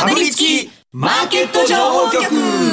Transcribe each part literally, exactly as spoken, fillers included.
かぶりつきマーケット情報局。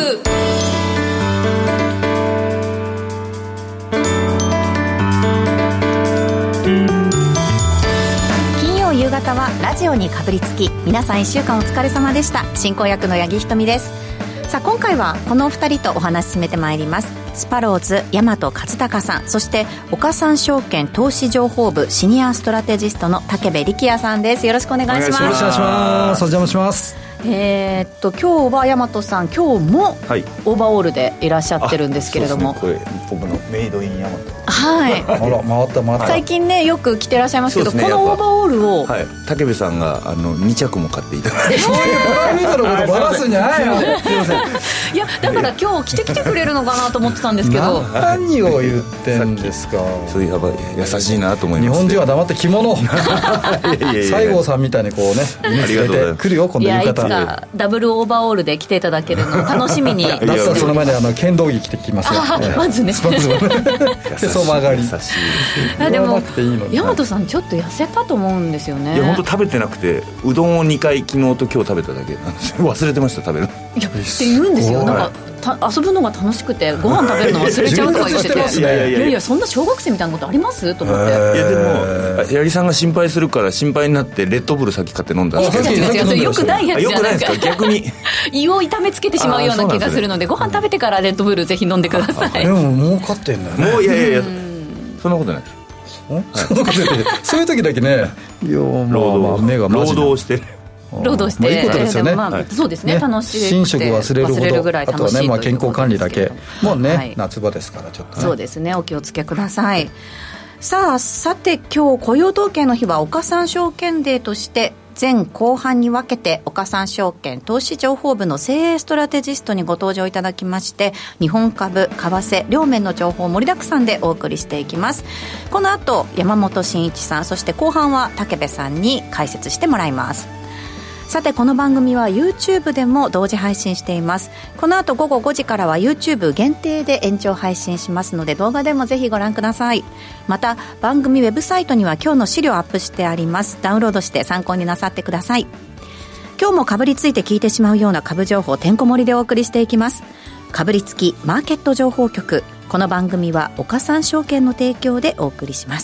金曜夕方はラジオにかぶりつき、皆さんいっしゅうかんお疲れ様でした。進行役の八木ひとみです。さあ今回はこのお二人とお話し進めてまいります。スパローズ大和勝孝さん、そして岡三証券投資情報部シニアストラテジストの武部力也さんです。よろしくお願いします。 よろしくお願いします。お邪魔します。 えー、っと今日は大和さん、今日もオーバーオールでいらっしゃってるんですけれども、 はい、そうですね、これ僕のメイドイン大和。 はい。 あら回った回った。最近ねよく着てらっしゃいますけど、 ね、 このオーバーオールを、 はい、武部さんがあのに着も買っていただいてそういうプライベートのことバラすんじゃないよ。すいません。 いやだから今日着てきてくれるのかなと思ってたんですけど何を言ってんですか。 そういうやばい優しいなと思います。 日本人は黙って着物西郷さんみたいにこうね身につけてくるよ今度浴衣。 いやいつかダブルオーバーオールで着ていただけるのを楽しみにだったらその前にあの剣道着着てきますよ。 まずねへそ曲がり。 でも大和さんちょっと痩せたと思うんですよね。 いや本当食べてなくて、うどんをにかい昨日と今日食べただけなんですよ。忘れてました食べる。いやって言うんですよ。なんかた遊ぶのが楽しくてご飯食べるの忘れちゃうとか言ってていやいやいやいやそんな小学生みたいなことありますと思って。いやでも八木さんが心配するから心配になってレッドブル先買って飲んだんですけど。 違う違う違うよくないやつじゃないですか。 逆に胃を痛めつけてしまうような気がするので、ご飯食べてからレッドブルぜひ飲んでください。 でも儲かってんだよね。 もういやいやいやそんなことないです。 そういう時だけね、いや労働目がマジ労働して労働して、 まあ、いいことですよね。 まあ、そうですね、楽しい寝食忘れるほど、 忘れるぐらい楽しい、 あとはね、まあ、健康管理だけもうね、 はい、 夏場ですからちょっと、ね、 そうですね、お気をつけください。さあさて今日雇用統計の日は岡三証券デーとして前後半に分けて岡三証券投資情報部の精鋭ストラテジストにご登場いただきまして、日本株、為替両面の情報を盛りだくさんでお送りしていきます。この後山本真一さん、そして後半は武部さんに解説してもらいます。さてこの番組は YouTube でも同時配信しています。この後午後ごじからは YouTube 限定で延長配信しますので、動画でもぜひご覧ください。また番組ウェブサイトには今日の資料アップしてあります。ダウンロードして参考になさってください。今日もかぶりついて聞いてしまうような株情報てんこ盛りでお送りしていきます。かぶりつきマーケット情報局。この番組は岡三証券の提供でお送りします。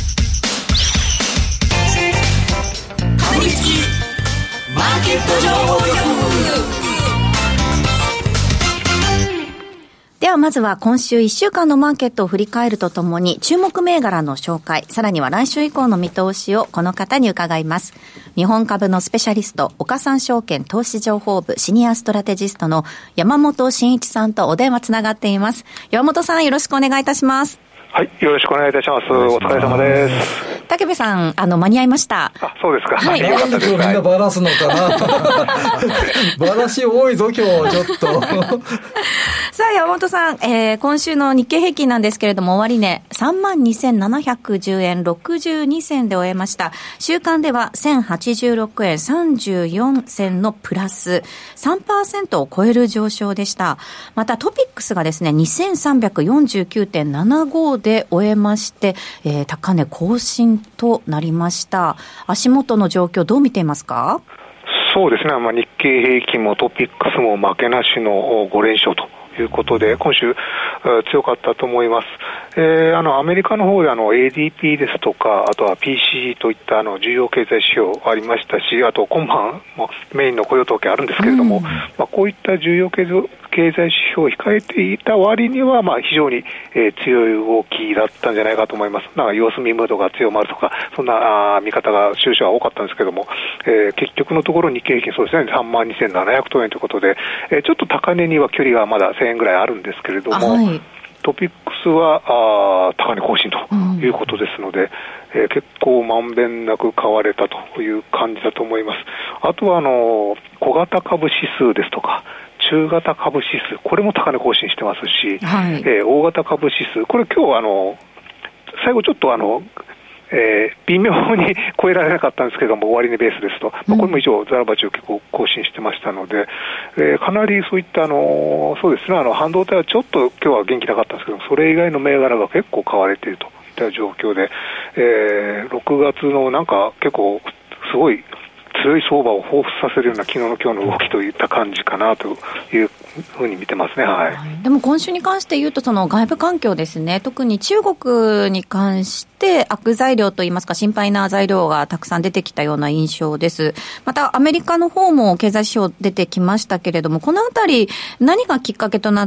かぶりつきマーケット情報局。 ではまずは今週いっしゅうかんのマーケットを振り返るとともに注目銘柄の紹介、さらには来週以降の見通しをこの方に伺います。日本株のスペシャリスト、岡三証券投資情報部シニアストラテジストの山本真一さんとお電話つながっています。山本さん、よろしくお願いいたします。 はい、よろしくお願いいたします。お疲れ様です。 武部さん、あの間に合いました。 あ、そうですか。 はい、 なんでみんなバラすのかな。バラし多いぞ今日ちょっと。 さあ山本さん、えー、今週の日経平均なんですけれども、終値 さんまんにせんななひゃくじゅうえんろくじゅうにせんで終えました。週間ではせんはちじゅうろくえんさんじゅうよんせんのプラス さんパーセント を超える上昇でした。またトピックスがですね にせんさんびゃくよんじゅうきゅうてんななご で終えまして、えー、高値更新となりました。足元の状況どう見ていますか？ そうですね、まあ、日経平均もトピックスも負けなしのご連勝とということで、今週強かったと思います。えー、あのアメリカの方であの エーディーピー ですとか、あとは ピーシー といったあの重要経済指標ありましたし、あと今晩もメインの雇用統計あるんですけれども、うん、まあ、こういった重要経済経済指標を控えていた割には、まあ、非常に、えー、強い動きだったんじゃないかと思います。なんか様子見ムードが強まるとか、そんなあ見方が収支は多かったんですけども、えー、結局のところ日経平均そうですね、さんまんにせんななひゃくとおえんということで、えー、ちょっと高値には距離がまだせんえんぐらいあるんですけれども、はい、トピックスはあ高値更新ということですので、うん、えー、結構まんべんなく買われたという感じだと思います。あとはあの小型株指数ですとか中型株指数、これも高値更新してますし、はい、えー、大型株指数、これ今日あの最後ちょっとあの、えー、微妙に超えられなかったんですけども、終値ベースですと、まあ、これも以上ザラバチを結構更新してましたので、えー、かなりそういったあのそうですね、あの半導体はちょっと今日は元気なかったんですけども、それ以外の銘柄が結構買われているといった状況で、えー、ろくがつのなんか結構すごい強い相場を彷彿させるような昨日の今日の動きといった感じかなというふうに見てますね。はい。 でも今週に関して言うと、その外部環境ですね、特に中国に関して悪材料といいますか心配な材料がたくさん出てきたような印象です。またアメリカの方も経済指標出てきましたけれども、このあたり何がきっかけとなって、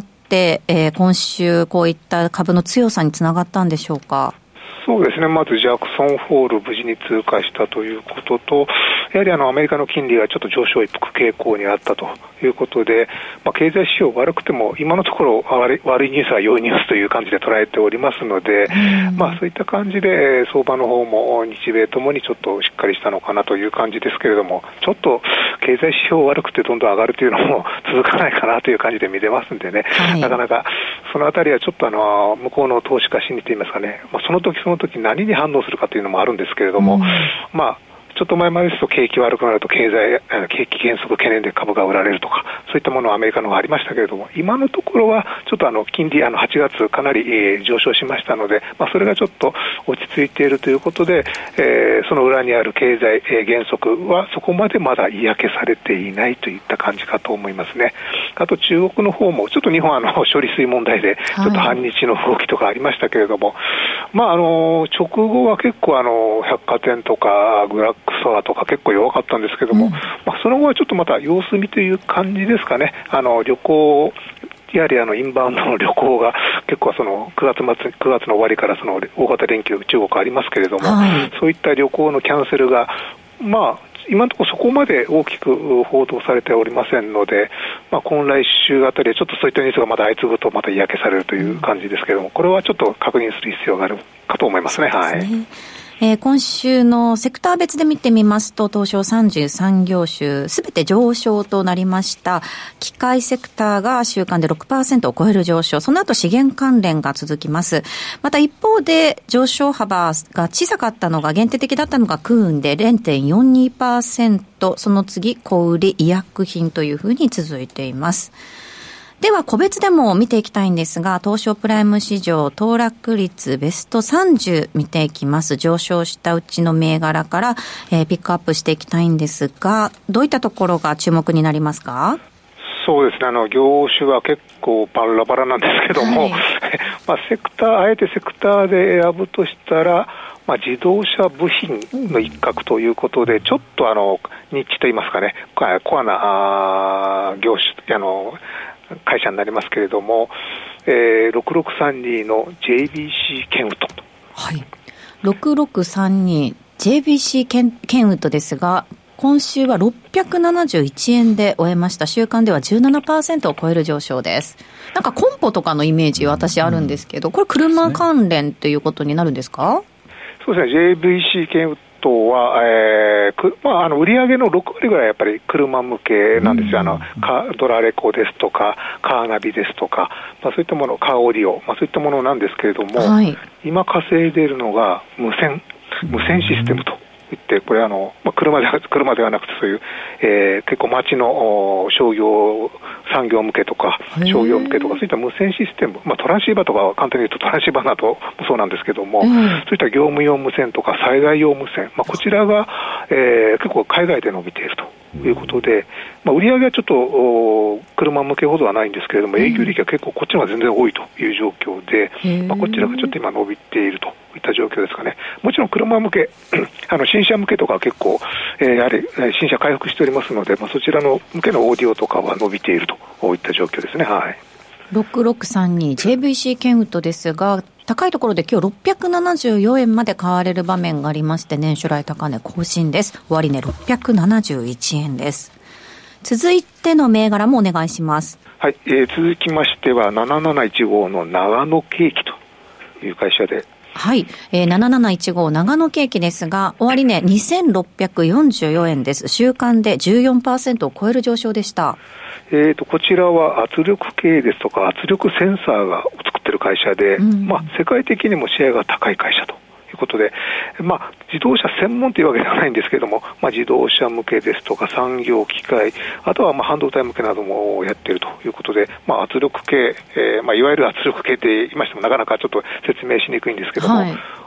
えー、今週こういった株の強さにつながったんでしょうか。 そうですね、まずジャクソンホール無事に通過したということと、やはりあのアメリカの金利がちょっと上昇一服傾向にあったということで、まあ、経済指標悪くても今のところ悪い、悪いニュースは良いニュースという感じで捉えておりますので、まあ、そういった感じで相場の方も日米ともにちょっとしっかりしたのかなという感じですけれども、ちょっと経済指標悪くてどんどん上がるというのも続かないかなという感じで見てますんでね、はい、なかなかそのあたりはちょっとあの向こうの投資家心理といいますかね、まあ、その時その時何に反応するかというのもあるんですけれども、うん、まあちょっと前までですと景気悪くなると経済、景気減速懸念で株が売られるとか、そういったものはアメリカの方がありましたけれども、今のところはちょっとあの金利あのはちがつかなり、えー、上昇しましたので、まあ、それがちょっと落ち着いているということで、えー、その裏にある経済、えー、減速はそこまでまだ嫌気されていないといった感じかと思いますね。あと中国の方もちょっと日本はあの処理水問題でちょっと反日の動きとかありましたけれども、はい、まああの直後は結構あの百貨店とかグラックストアとか結構弱かったんですけども、うん、まあ、その後はちょっとまた様子見という感じですかね。あの旅行やはりあのインバウンドの旅行が結構そのくがつ末、くがつの終わりからその大型連休中国ありますけれども、はい、そういった旅行のキャンセルがまあ今のところそこまで大きく報道されておりませんので、まあ、今来週あたりはちょっとそういったニュースがまた相次ぐとまた嫌気されるという感じですけれども、これはちょっと確認する必要があるかと思いますね。はい。 えー、今週のセクター別で見てみますと、東証さんじゅうさん業種すべて上昇となりました。機械セクターが週間で ろくパーセント を超える上昇、その後資源関連が続きます。また一方で上昇幅が小さかったのが、限定的だったのが空運で れいてんよんにパーセント、その次小売医薬品というふうに続いています。では個別でも見ていきたいんですが、東証プライム市場騰落率ベストさんじゅう見ていきます。上昇したうちの銘柄から、えー、ピックアップしていきたいんですが、どういったところが注目になりますか？ そうですね、あの業種は結構バラバラなんですけども、はいまあ、セクターあえてセクターで選ぶとしたら、まあ、自動車部品の一角ということで、ちょっとあのニッチといいますかね、コアなあ業種あの会社になりますけれども、えー、ろくろくさんにの ジェイビーシー ケンウッド、 はい、ろくろくさんに ジェイビーシー ケン、ケンウッドですが、今週はろっぴゃくななじゅういちえんで終えました。週間では じゅうななパーセント を超える上昇です。なんかコンポとかのイメージ私あるんですけど、これ車関連ということになるんですか？ そうですね、 ジェイビーシー ケンウッドは、えーくまあ、あの売上のろくわりぐらいやっぱり車向けなんですよ。あのカドラレコですとかカーナビですとか、まあ、そういったもの、カーオーディオ、まあ、そういったものなんですけれども、はい、今稼いでいるのが無線無線システムと言って、これあの、まあ、車で車ではなくてそういう、えー、結構街の商業産業向けとか商業向けとか、そういった無線システム、まあ、トランシーバーとかは簡単に言うとトランシーバーなどもそうなんですけども、そういった業務用無線とか災害用無線、まあ、こちらが、えー、結構海外で伸びているということで、まあ、売上はちょっと車向けほどはないんですけれども、営業利益は結構こっちの方が全然多いという状況で、まあ、こちらがちょっと今伸びているといった状況ですかね。もちろん車向けあの新車向けとか結構、えー、やはり新車回復しておりますので、まあ、そちらの向けのオーディオとかは伸びているといった状況ですね。はい、 ろくろくさんに ジェイビーシー ケンウッドですが、高いところで今日ろっぴゃくななじゅうよえんまで買われる場面がありまして、年初来高値更新です。終値ろっぴゃくななじゅういちえんです。続いての銘柄もお願いします。 はい、えー、続きましてはなななないちごの長野景気という会社で、 はい、えー、なななないちご長野景気ですが、終値にせんろっぴゃくよんじゅうよえんです。週間で じゅうよんパーセント を超える上昇でした。 えーと、こちらは圧力計ですとか圧力センサーが作っている会社で、うん、まあ、世界的にもシェアが高い会社ということで、まあ、自動車専門というわけではないんですけれども、まあ、自動車向けですとか産業機械、あとはまあ半導体向けなどもやっているということで、まあ、圧力計、えーまあ、いわゆる圧力計って言いましてもなかなかちょっと説明しにくいんですけども、はい、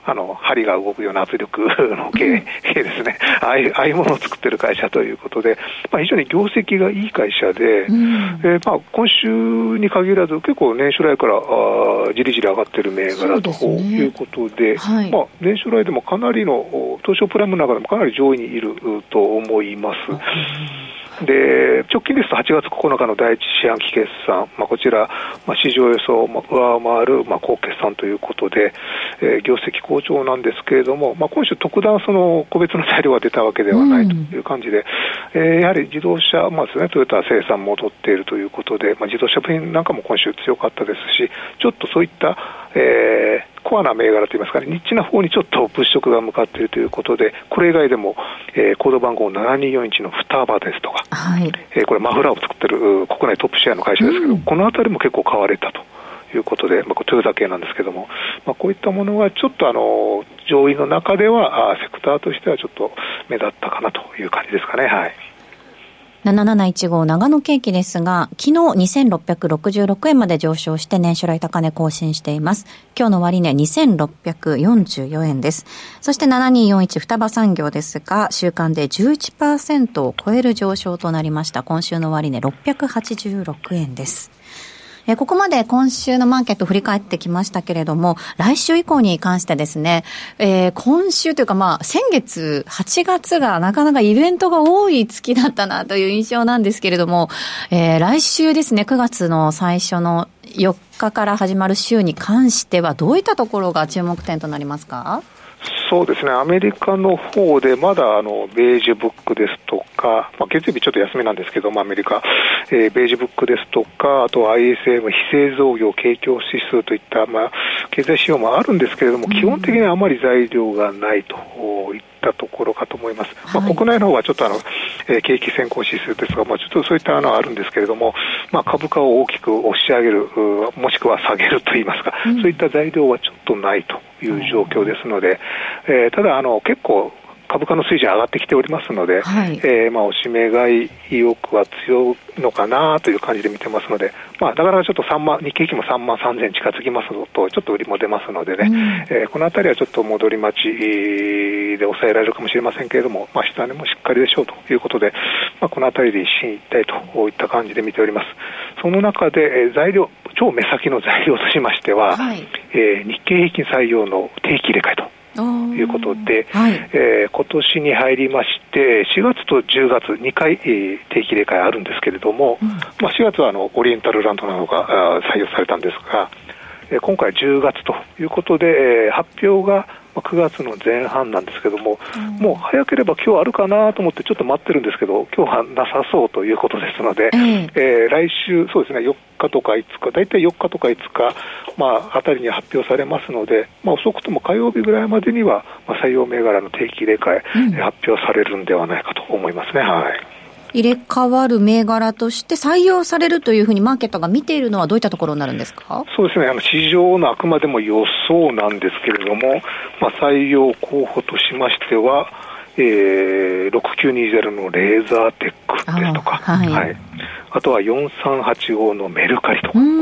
あの針が動くような圧力の系ですね、ああいうああいうものを作ってる会社ということで、まあ、非常に業績がいい会社で、うん、えーまあ、今週に限らず結構年初来からあじりじり上がってる銘柄ということで、はい、まあ、年初来でもかなりの東証プライムの中でもかなり上位にいると思います。で直近ですとはちがつここのかの第一四半期決算、まあ、こちら、まあ、市場予想を上回る、まあ、高決算ということで、えー、業績好調なんですけれども、まあ、今週特段その個別の材料が出たわけではないという感じで、うん、えー、やはり自動車、まあですね、トヨタ生産戻っているということで、まあ、自動車部品なんかも今週強かったですし、ちょっとそういった、えーコアな銘柄といいますかね、ニッチな方にちょっと物色が向かっているということで、これ以外でも、えー、コード番号ななにーよんいちの双葉ですとか、はい、えー、これマフラーを作っている国内トップシェアの会社ですけど、うん、このあたりも結構買われたということで、まあ、トヨタ系なんですけども、まあ、こういったものがちょっとあの上位の中ではあセクターとしてはちょっと目立ったかなという感じですかね。はい。 なななないちご長野景気ですが、昨日にせんろっぴゃくろくじゅうろくえんまで上昇して年初来高値更新しています。今日の終値にせんろっぴゃくよんじゅうよえんです。そしてななにーよんいち双葉産業ですが、週間で じゅういちパーセント を超える上昇となりました。今週の終値ろっぴゃくはちじゅうろくえんです。えここまで今週のマーケット振り返ってきましたけれども、来週以降に関してですね、えー、今週というかまあ先月はちがつがなかなかイベントが多い月だったなという印象なんですけれども、えー、来週ですね、くがつの最初のよっかから始まる週に関してはどういったところが注目点となりますか？ そうですね、アメリカの方でまだあのベージュブックですとか、まあ、月曜日ちょっと休みなんですけども、アメリカ、えー、ベージュブックですとか、あと アイエスエム 非製造業景況指数といった、まあ、経済指標もあるんですけれども、基本的にはあまり材料がないといったところかと思います。まあ、国内の方はちょっとあの、えー、景気先行指数ですが、まあ、ちょっとそういったのはあるんですけれども、まあ、株価を大きく押し上げる、もしくは下げるといいますか、うん、そういった材料はちょっとないという状況ですので、えー、ただあの結構株価の水準上がってきておりますので、はい、えーまあ、おしめ買い意欲は強いのかなという感じで見てますので、まあ、だからちょっとさんまん日経平均もさんまんさんぜん近づきますとちょっと売りも出ますのでね、うん、えー、このあたりはちょっと戻り待ちで抑えられるかもしれませんけれども、まあ、下値もしっかりでしょうということで、まあ、このあたりで一進一退といった感じで見ております。その中で、えー、材料超目先の材料としましては、はい、えー、日経平均採用の定期入れ替えとということで、はい、えー、今年に入りましてしがつとじゅうがつにかい、えー、定期入れ替えあるんですけれども、うん、まあ、しがつはあのオリエンタルランドなどが採用されたんですが、えー、今回じゅうがつということで、えー、発表がくがつの前半なんですけども、うん、もう早ければ今日あるかなと思ってちょっと待ってるんですけど、今日はなさそうということですので、うん、えー、来週そうですね、よっかとかいつか、だいたいよっかとかいつか、まあ、あたりに発表されますので、まあ、遅くとも火曜日ぐらいまでには、まあ、採用銘柄の定期入れ替え、うん、発表されるんではないかと思いますね。はい。 入れ替わる銘柄として採用されるというふうにマーケットが見ているのはどういったところになるんですか？ そうですね、あの市場のあくまでも予想なんですけれども、まあ、採用候補としましては、えー、ろくきゅうにゼロのレーザーテックですとか、あ、はいはい、あとはよんさんはちごのメルカリとか、うん、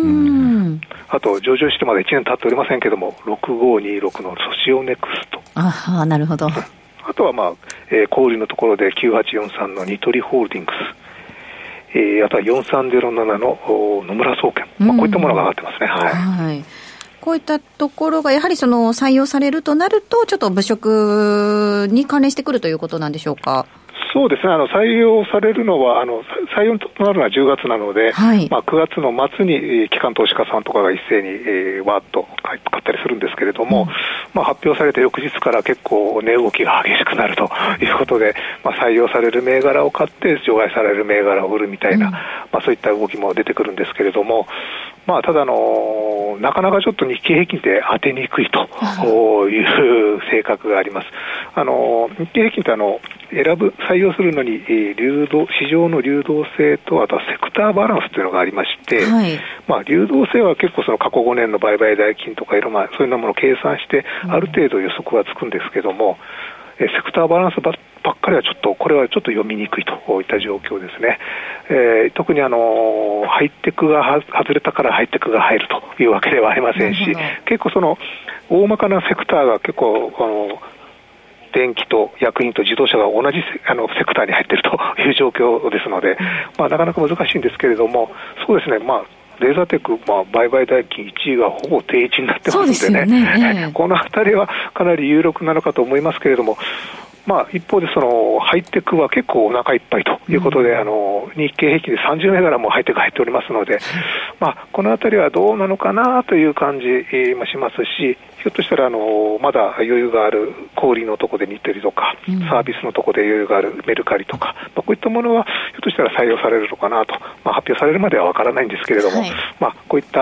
あと上場してまだいちねん経っておりませんけどもろくごにろくのソシオネクスト、 ああ、なるほど。 あとは、まあえー、小売りのところできゅうはちよんさんのニトリホールディングス、えー、あとはよんさんゼロななの野村総研、まあ、こういったものが上がってますね。はい、はい、 こういったところがやはりその採用されるとなるとちょっと物色に関連してくるということなんでしょうか？ そうですね、あの採用されるのはあの採用となるのはじゅうがつなので、はい、まあ、くがつの末に、えー、機関投資家さんとかが一斉に、えー、わーっと買ったりするんですけれども、うん、まあ、発表されて翌日から結構値動きが激しくなるということで、まあ、採用される銘柄を買って除外される銘柄を売るみたいな、うん、まあ、そういった動きも出てくるんですけれども、まあ、ただのなかなかちょっと日経平均って当てにくいという性格があります。あの日経平均ってあの選ぶ採用するのに、えー、流動市場の流動性とあとはセクターバランスというのがありまして、はい、まあ、流動性は結構その過去ごねんの売買代金とかいろんなそういうものを計算してある程度予測はつくんですけども、うん、えー、セクターバランスばっかりはちょっとこれはちょっと読みにくいといった状況ですね。 えー、特にあのハイテクが外れたからハイテクが入るというわけではありませんし、結構その大まかなセクターが結構あの電気と薬品と自動車が同じあのセクターに入っているという状況ですので、まあ、なかなか難しいんですけれども、そうですね、まあレーザーテック、まあ、売買代金いちいがほぼ定位置になってますのでね、でね、えー、このあたりはかなり有力なのかと思いますけれども、まあ、一方でそのハイテクは結構お腹いっぱいということで、うん、あの日経平均でさんじゅう銘柄もハイテク入っておりますので、まあ、このあたりはどうなのかなという感じもしますし、ひょっとしたらあのまだ余裕がある小売りのところでニッテリとか、うん、サービスのところで余裕があるメルカリとか、まあ、こういったものはひょっとしたら採用されるのかなと、まあ、発表されるまではわからないんですけれども、はい、まあ、こういった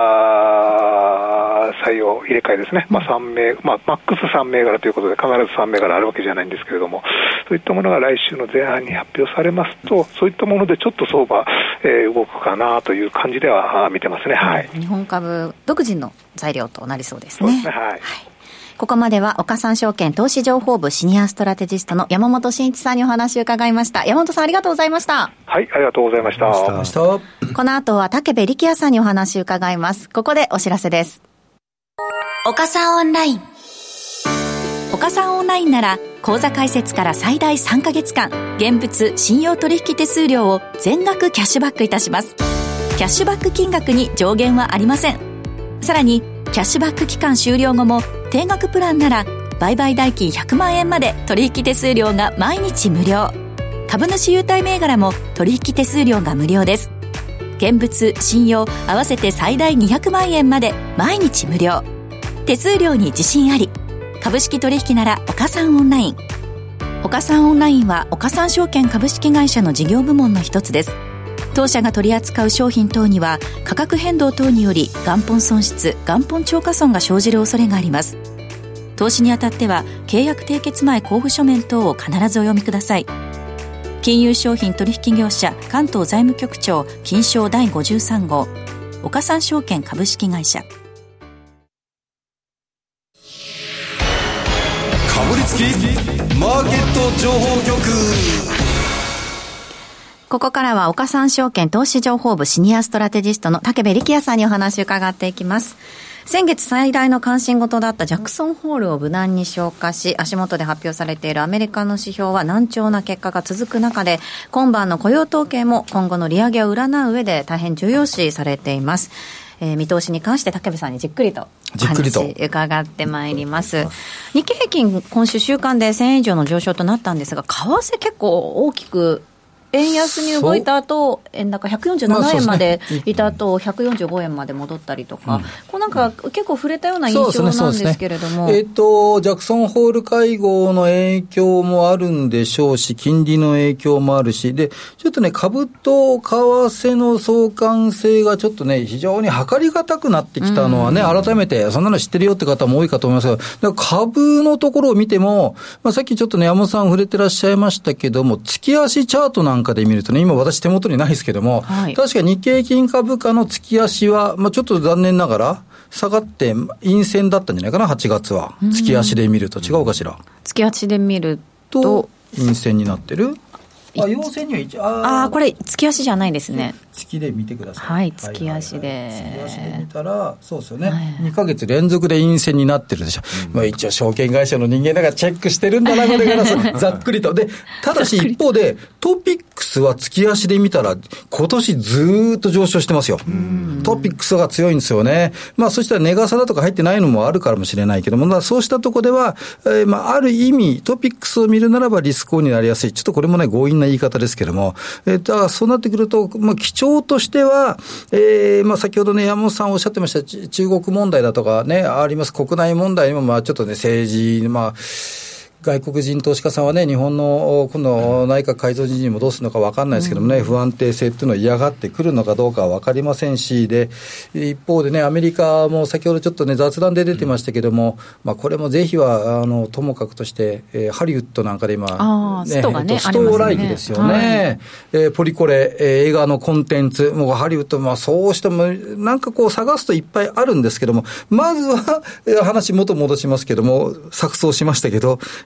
あ採用入れ替えですね、まあさん銘、まあ、マックスさん銘柄ということで必ずさん銘柄あるわけじゃないんですけれども、そういったものが来週の前半に発表されますと、そういったものでちょっと相場、えー、動くかなという感じでは見てますね。はい、 日本株独自の材料となりそうですね。そうですね、はいはい、ここまでは岡三証券投資情報部シニアストラテジストの山本慎一さんにお話を伺いました。山本さん、ありがとうございました。 はい、ありがとうございました。 この後は武部力也さんにお話を伺います。ここでお知らせです。 岡三オンライン。 岡三オンラインなら口座開設から最大さんかげつかん現物信用取引手数料を全額キャッシュバックいたします。キャッシュバック金額に上限はありません。さらにキャッシュバック期間終了後も定額プランなら売買代金ひゃくまんえんまで取引手数料が毎日無料。株主優待銘柄も取引手数料が無料です。現物信用合わせて最大にひゃくまんえんまで毎日無料。手数料に自信あり。株式取引なら岡三オンライン。岡三オンラインは岡三証券株式会社の事業部門の一つです。当社が取り扱う商品等には価格変動等により元本損失元本超過損が生じる恐れがあります。投資にあたっては契約締結前交付書面等を必ずお読みください。金融商品取引業者関東財務局長金商だいごじゅうさん号岡三証券株式会社。 かぶりつきマーケット情報局。 ここからは岡三証券投資情報部シニアストラテジストの武部力也さんにお話を伺っていきます。先月最大の関心事だったジャクソンホールを無難に消化し、足元で発表されているアメリカの指標は難聴な結果が続く中で、今晩の雇用統計も今後の利上げを占う上で大変重要視されています。えー、見通しに関して武部さんにじっくりとお話伺ってまいります。日経平均今週週間でせんえん以上の上昇となったんですが、為替結構大きく円安に動いた後、円高ひゃくよんじゅうななえんまでいた後、ひゃくよんじゅうごえんまで戻ったりとか、うん、こうなんか結構触れたような印象なんですけれども、 ねね、えっ、ー、とジャクソンホール会合の影響もあるんでしょうし、金利の影響もあるし、でちょっとね、株と為替の相関性がちょっとね、非常に測りがたくなってきたのはね、うん、改めてそんなの知ってるよって方も多いかと思いますが、だから株のところを見ても、まあ、さっきちょっとね、山本さん触れてらっしゃいましたけども、月足チャートなんかで見るとね、今私手元にないですけども、はい、確か日経平均株価の月足は、まあ、ちょっと残念ながら下がって陰線だったんじゃないかな、はちがつは。月足で見ると違うかしら。 月足で見ると、と陰線になってる。あ、陽線には一ああ、これ月足じゃないですね。 月で見てください。 はい、月足で、はいはいはい、 月足で見たらそうですよね、はい、にかげつ連続で陰線になってるでしょ、うん、まあ、一応証券会社の人間だからチェックしてるんだな、これからざっくりと。でただし一方でトピックスは月足で見たら今年ずーっと上昇してますよ。トピックスが強いんですよね。まあそしたら値傘だとか入ってないのもあるからもしれないけども、だそうしたところでは、えー、まあある意味トピックスを見るならばリスクオンになりやすい。ちょっとこれもね、強引な言い方ですけども、えー、だからそうなってくると、まあ基調としては、えー、まあ先ほどね、山本さんおっしゃってました中国問題だとかね、あります国内問題にもまあちょっとね、政治、まあ外国人投資家さんはね、日本の今度内閣改造人事にもどうするのか分かんないですけどもね、うん、不安定性っていうのを嫌がってくるのかどうかは分かりませんし、で一方でね、アメリカも先ほどちょっとね、雑談で出てましたけども、うん、まあこれもぜひはあのともかくとして、えー、ハリウッドなんかで今、 ね、ストがね、 ストライキですよね、はい、えー、ポリコレ、えー、映画のコンテンツ、もうハリウッド、まあそうしてもなんかこう探すといっぱいあるんですけども、まずは話元戻しますけども、錯綜しましたけど、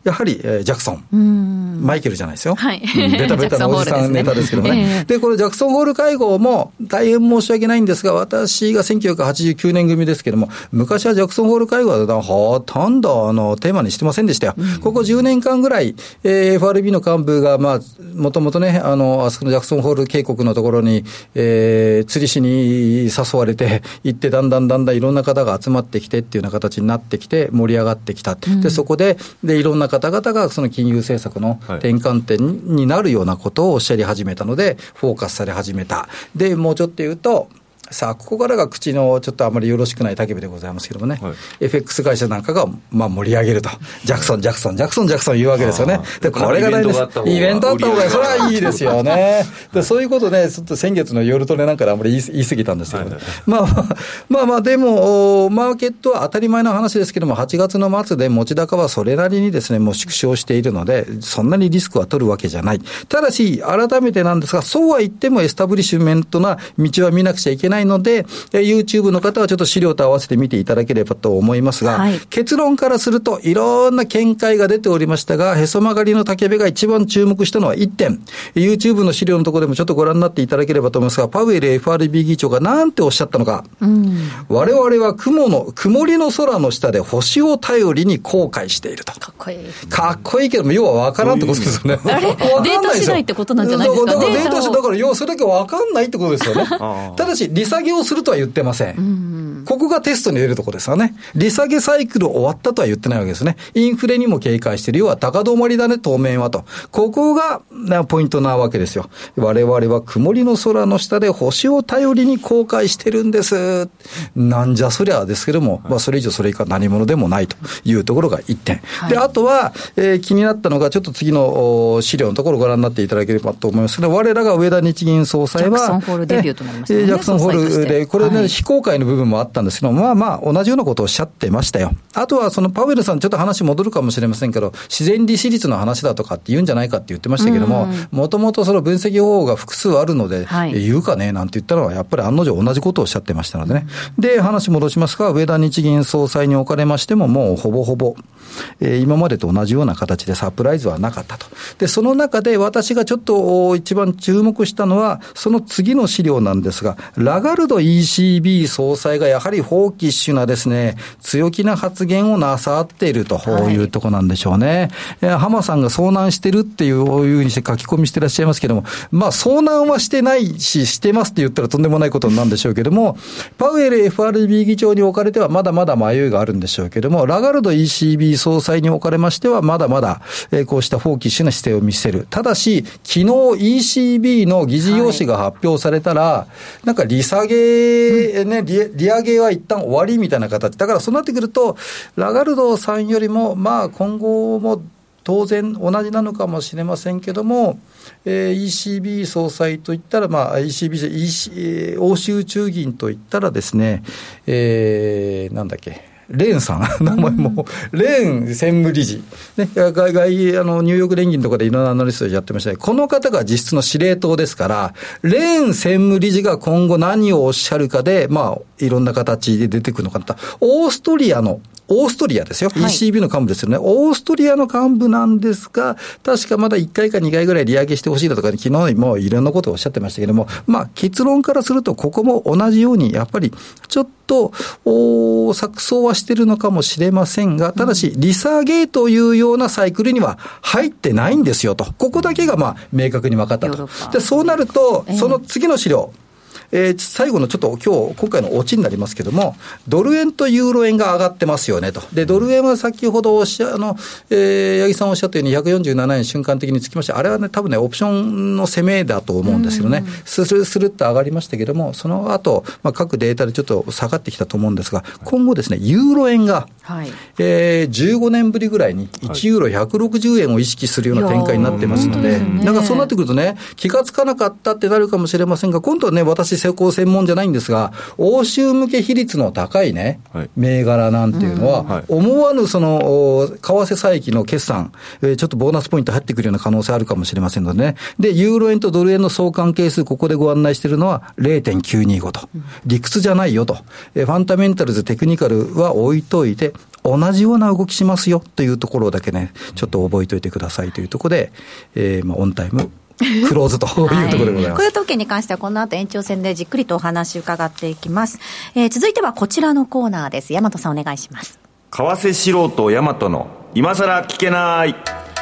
やはり、えー、ジャクソン。うんマイケルじゃないですよ。はい。ベタベタのおじさんネタですけどもね。で、これジャクソンホール会合も大変申し訳ないんですが、私がせんきゅうひゃくはちじゅうきゅうねん組ですけども、昔はジャクソンホール会合はほとんどあのテーマにしてませんでしたよ。うん、ここじゅうねんかんぐらい、えー、エフアールビー の幹部が、まあ、もともとね、あの、あそこのジャクソンホール渓谷のところに、えー、釣りしに誘われて行って、だんだんだんだんいろんな方が集まってきてっていうような形になってきて、盛り上がってきた。うん、で、そこで、で、いろんな方々がその金融政策の転換点になるようなことをおっしゃり始めたので、フォーカスされ始めた。で、もうちょっと言うと、さあ、ここからが口のちょっとあまりよろしくない叫びでございますけどもね、はい、エフエックス 会社なんかが、まあ、盛り上げると。ジャクソン、ジャクソン、ジャクソン、ジャクソン言うわけですよね。で、これが大事です。イベントあった方が、それはいいですよね。で、そういうことね、ちょっと先月の夜トレなんかであんまり言い、言い過ぎたんですけど、ね、はいはい、まあまあ、まあまあ、でも、マーケットは当たり前の話ですけども、はちがつの末で持ち高はそれなりにですね、もう縮小しているので、そんなにリスクは取るわけじゃない。ただし、改めてなんですが、そうは言ってもエスタブリッシュメントな道は見なくちゃいけないので、YouTube の方はちょっと資料と合わせて見ていただければと思いますが、はい、結論からするといろんな見解が出ておりましたが、へそ曲がりの竹部が一番注目したのはいってん。YouTube の資料のところでもちょっとご覧になっていただければと思いますが、パウエル エフアールビー 議長が何ておっしゃったのか。うん、我々は雲の、曇りの空の下で星を頼りに後悔していると。かっこいい。かっこいいけども、要は分からんってことですよね。 あれデータ次第ってことなんじゃないですか。 だからデータ次第だから、要はそれだけ分かんないってことですよね。ただし、利下げをするとは言ってません。うんここがテストに入れるところですよね。利下げサイクル終わったとは言ってないわけですね。インフレにも警戒している。要は高止まりだね、当面はと。ここがポイントなわけですよ。我々は曇りの空の下で星を頼りに後悔してるんです。なんじゃそりゃですけども、まあそれ以上それ以下何者でもないというところがいってん。はい、で、あとは、えー、気になったのが、ちょっと次の資料のところをご覧になっていただければと思いますけど、我らが上田日銀総裁は、 ジャクソンホールデビューとなりましたね。 ジャクソンホールで、これね、はい、非公開の部分もあったんですけど、まあまあ同じようなことをおっしゃってましたよ。あとはそのパウエルさん、ちょっと話戻るかもしれませんけど、自然利子率の話だとかって言うんじゃないかって言ってましたけども、もともとその分析方法が複数あるので、はい、言うかねなんて言ったのはやっぱり案の定同じことをおっしゃってましたのでね。で、話戻しますが、上田日銀総裁におかれましてももうほぼほぼ、えー、今までと同じような形でサプライズはなかったと。で、その中で私がちょっと一番注目したのは、その次の資料なんですが、ラガルド イーシービー 総裁がやはりホーキッシュなですね、強気な発言をなさっているというところなんでしょうね。はい、浜さんが遭難してるっていうふうにして書き込みしてらっしゃいますけども、まあ遭難はしてないし、してますって言ったらとんでもないことになるんでしょうけども、パウエル エフアールビー 議長におかれてはまだまだ迷いがあるんでしょうけども、ラガルド イーシービー 総裁におかれましてはまだまだ、えー、こうしたホーキッシュな姿勢を見せる。ただし、昨日 イーシービー の議事要旨が発表されたら、はい、なんか利下げ、ね、利、利上げは一旦終わりみたいな形。だからそうなってくると、ラガルドさんよりも、まあ今後も当然同じなのかもしれませんけども、えー、イーシービー 総裁といったら、まあ イーシービー、イーシー、欧州中銀といったらですね、えー、なんだっけ、レーンさん、名前も、レーン専務理事、ね、外外あのニューヨーク連銀とかでいろんなアナリストやってましたね。この方が実質の司令塔ですから、レーン専務理事が今後何をおっしゃるかで、まあ、いろんな形で出てくるのかなと。オーストリアのオーストリアですよ。はい、イーシービー の幹部ですよね。オーストリアの幹部なんですが、確かまだいっかいかにかいぐらい利上げしてほしいだとか、ね、昨日もいろんなことをおっしゃってましたけども、まあ結論からするとここも同じようにやっぱりちょっと錯綜はしてるのかもしれませんが、ただし利下げというようなサイクルには入ってないんですよと。ここだけがまあ明確に分かったと。で、そうなると、その次の資料。えー、最後のちょっと今日、今回のオチになりますけども、ドル円とユーロ円が上がってますよねと。で、ドル円は先ほどおっしゃ、あの、えー、八木さんおっしゃったようにひゃくよんじゅうななえん瞬間的につきまして、あれはね、多分ね、オプションの攻めだと思うんですけどね、スルスルっと上がりましたけども、その後、まあ、各データでちょっと下がってきたと思うんですが、今後ですね、ユーロ円が、はい、えー、じゅうごねんぶりぐらいにいちユーロひゃくろくじゅうえんを意識するような展開になってますので、だからそうなってくるとね、気がつかなかったってなるかもしれませんが、今度はね、私、成功専門じゃないんですが、欧州向け比率の高いね、はい、銘柄なんていうのは、うんはい、思わぬその為替差益の決算、えー、ちょっとボーナスポイント入ってくるような可能性あるかもしれませんのでね。で、ユーロ円とドル円の相関係数、ここでご案内しているのは れいてんきゅうにご と、うん、理屈じゃないよと、えー、ファンダメンタルズテクニカルは置いといて、 同じような動きしますよというところだけね、ちょっと覚えておいてくださいというところで、えー、まあオンタイムクローズというところでございます。 雇用統計に関してはこの後延長戦でじっくりとお話伺っていきます。えー、続いてはこちらのコーナーです。大和さんお願いします。 為替素人大和の今さら聞けない。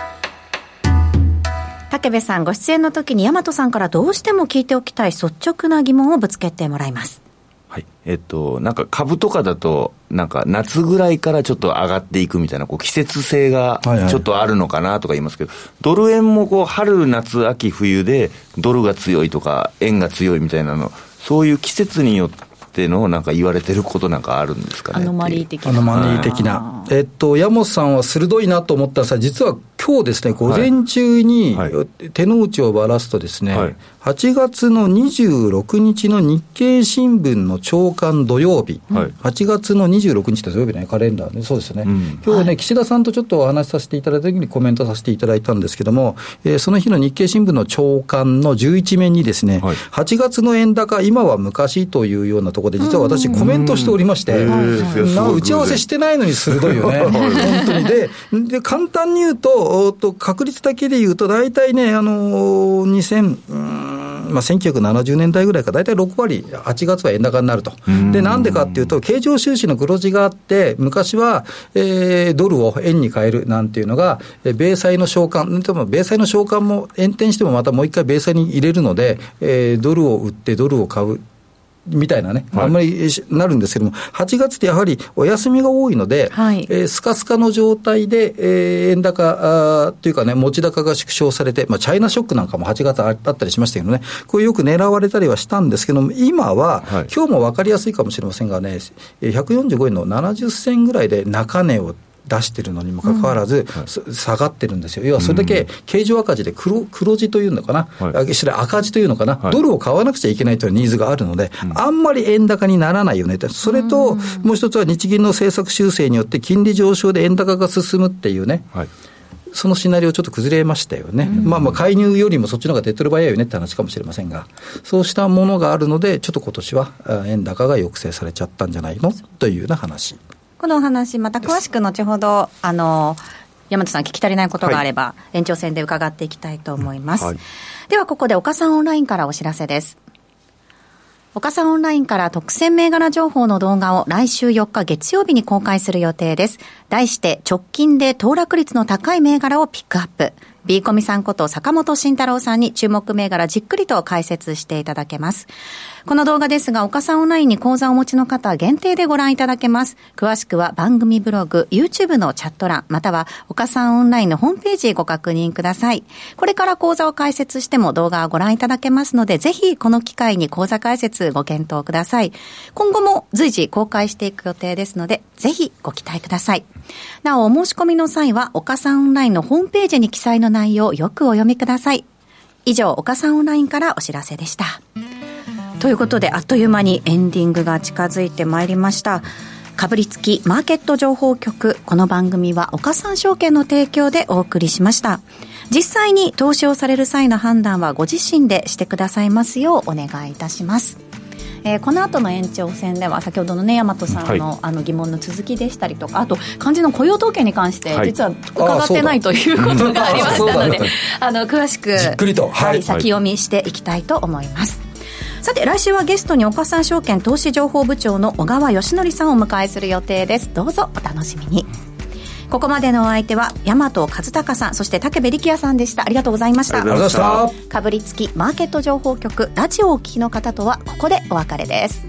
武部さんご出演の時に大和さんからどうしても聞いておきたい率直な疑問をぶつけてもらいます。 はい、えっとなんか株とかだとなんか夏ぐらいからちょっと上がっていくみたいなこう季節性がちょっとあるのかなとか言いますけど、はいはい、ドル円もこう春夏秋冬でドルが強いとか円が強いみたいなの、そういう季節によってってのなんか言われてることなんかあるんですかね。 アノマリー的な。 アノマリー的な。えっと、山本さんは鋭いなと思ったらさ、実は今日ですね、午前中に手の内をばらすとですね、はい、はちがつのにじゅうろくにちの日経新聞の朝刊土曜日、はい、はちがつのにじゅうろくにちって土曜日ね、カレンダーね、そうですよね、うん、今日ね、岸田さんとちょっとお話しさせていただいたときにコメントさせていただいたんですけども、えー、その日の日経新聞の朝刊のじゅういちめんにですね、はい、はちがつの円高、今は昔というようなところで、実は私コメントしておりまして、なんか打ち合わせしてないのに鋭いよね、本当に。で、で簡単に言うと、と確率だけで言うと、大体ね、あのー、にせん、うーんまあ、せんきゅうひゃくななじゅうねんだいぐらいから大体ろくわりはちがつは円高になると。で、なんでかっていうと、経常収支の黒字があって、昔は、えー、ドルを円に変えるなんていうのが、米債の償還、でも米債の償還も延転してもまたもう一回米債に入れるので、えー、ドルを売ってドルを買う。みたいなね、はい、あんまりなるんですけども、はちがつってやはりお休みが多いので、はい、えー、スカスカの状態で、えー、円高というかね、持ち高が縮小されて、まあ、チャイナショックなんかもはちがつあったりしましたけどね、これよく狙われたりはしたんですけども、今は、はい、今日も分かりやすいかもしれませんがね、ひゃくよんじゅうごえんのななじゅっせんぐらいで中値を出してるのにもかかわらず、うん、下がってるんですよ。要はそれだけ経常赤字で 黒, 黒字というのかな、はい、赤字というのかな、はい、ドルを買わなくちゃいけないというニーズがあるので、うん、あんまり円高にならないよねって。それと、うん、もう一つは日銀の政策修正によって金利上昇で円高が進むっていうね、はい、そのシナリオちょっと崩れましたよね、うん、まあまあ介入よりもそっちの方が手っ取り早いよねって話かもしれませんが、そうしたものがあるのでちょっと今年は円高が抑制されちゃったんじゃないのというような話。 このお話また詳しく後ほどあの大和さん聞き足りないことがあれば、はい、延長戦で伺っていきたいと思います、はい、ではここで岡さんオンラインからお知らせです。岡さんオンラインから特選銘柄情報の動画を来週よっか月曜日に公開する予定です。題して直近で騰落率の高い銘柄をピックアップ。B コミさんこと坂本慎太郎さんに注目銘柄じっくりと解説していただけます。この動画ですが、岡さんオンラインに講座をお持ちの方限定でご覧いただけます。詳しくは番組ブログ、YouTube のチャット欄、または岡さんオンラインのホームページご確認ください。これから講座を解説しても動画をご覧いただけますので、ぜひこの機会に講座解説ご検討ください。今後も随時公開していく予定ですので、ぜひご期待ください。なお、お申し込みの際は、岡さんオンラインのホームページに記載の内容をよくお読みください。以上、岡さんオンラインからお知らせでした。ということで、あっという間にエンディングが近づいてまいりました。かぶりつきマーケット情報局、この番組は岡三証券の提供でお送りしました。実際に投資をされる際の判断はご自身でしてくださいますようお願いいたします。えー、この後の延長戦では先ほどのね大和さん の,、はい、あの疑問の続きでしたりとか、あと肝心の雇用統計に関して実は伺ってない、はい、ということがありましたので、あの詳しくじっくりと、はいはい、先読みしていきたいと思います。さて来週はゲストに岡三証券投資情報部長の小川義則さんをお迎えする予定です。どうぞお楽しみに。ここまでのお相手は大和和孝さん、そして武部力也さんでした。ありがとうございました。 ありがとうございました。 かぶりつきマーケット情報局ラジオをお聞きの方とはここでお別れです。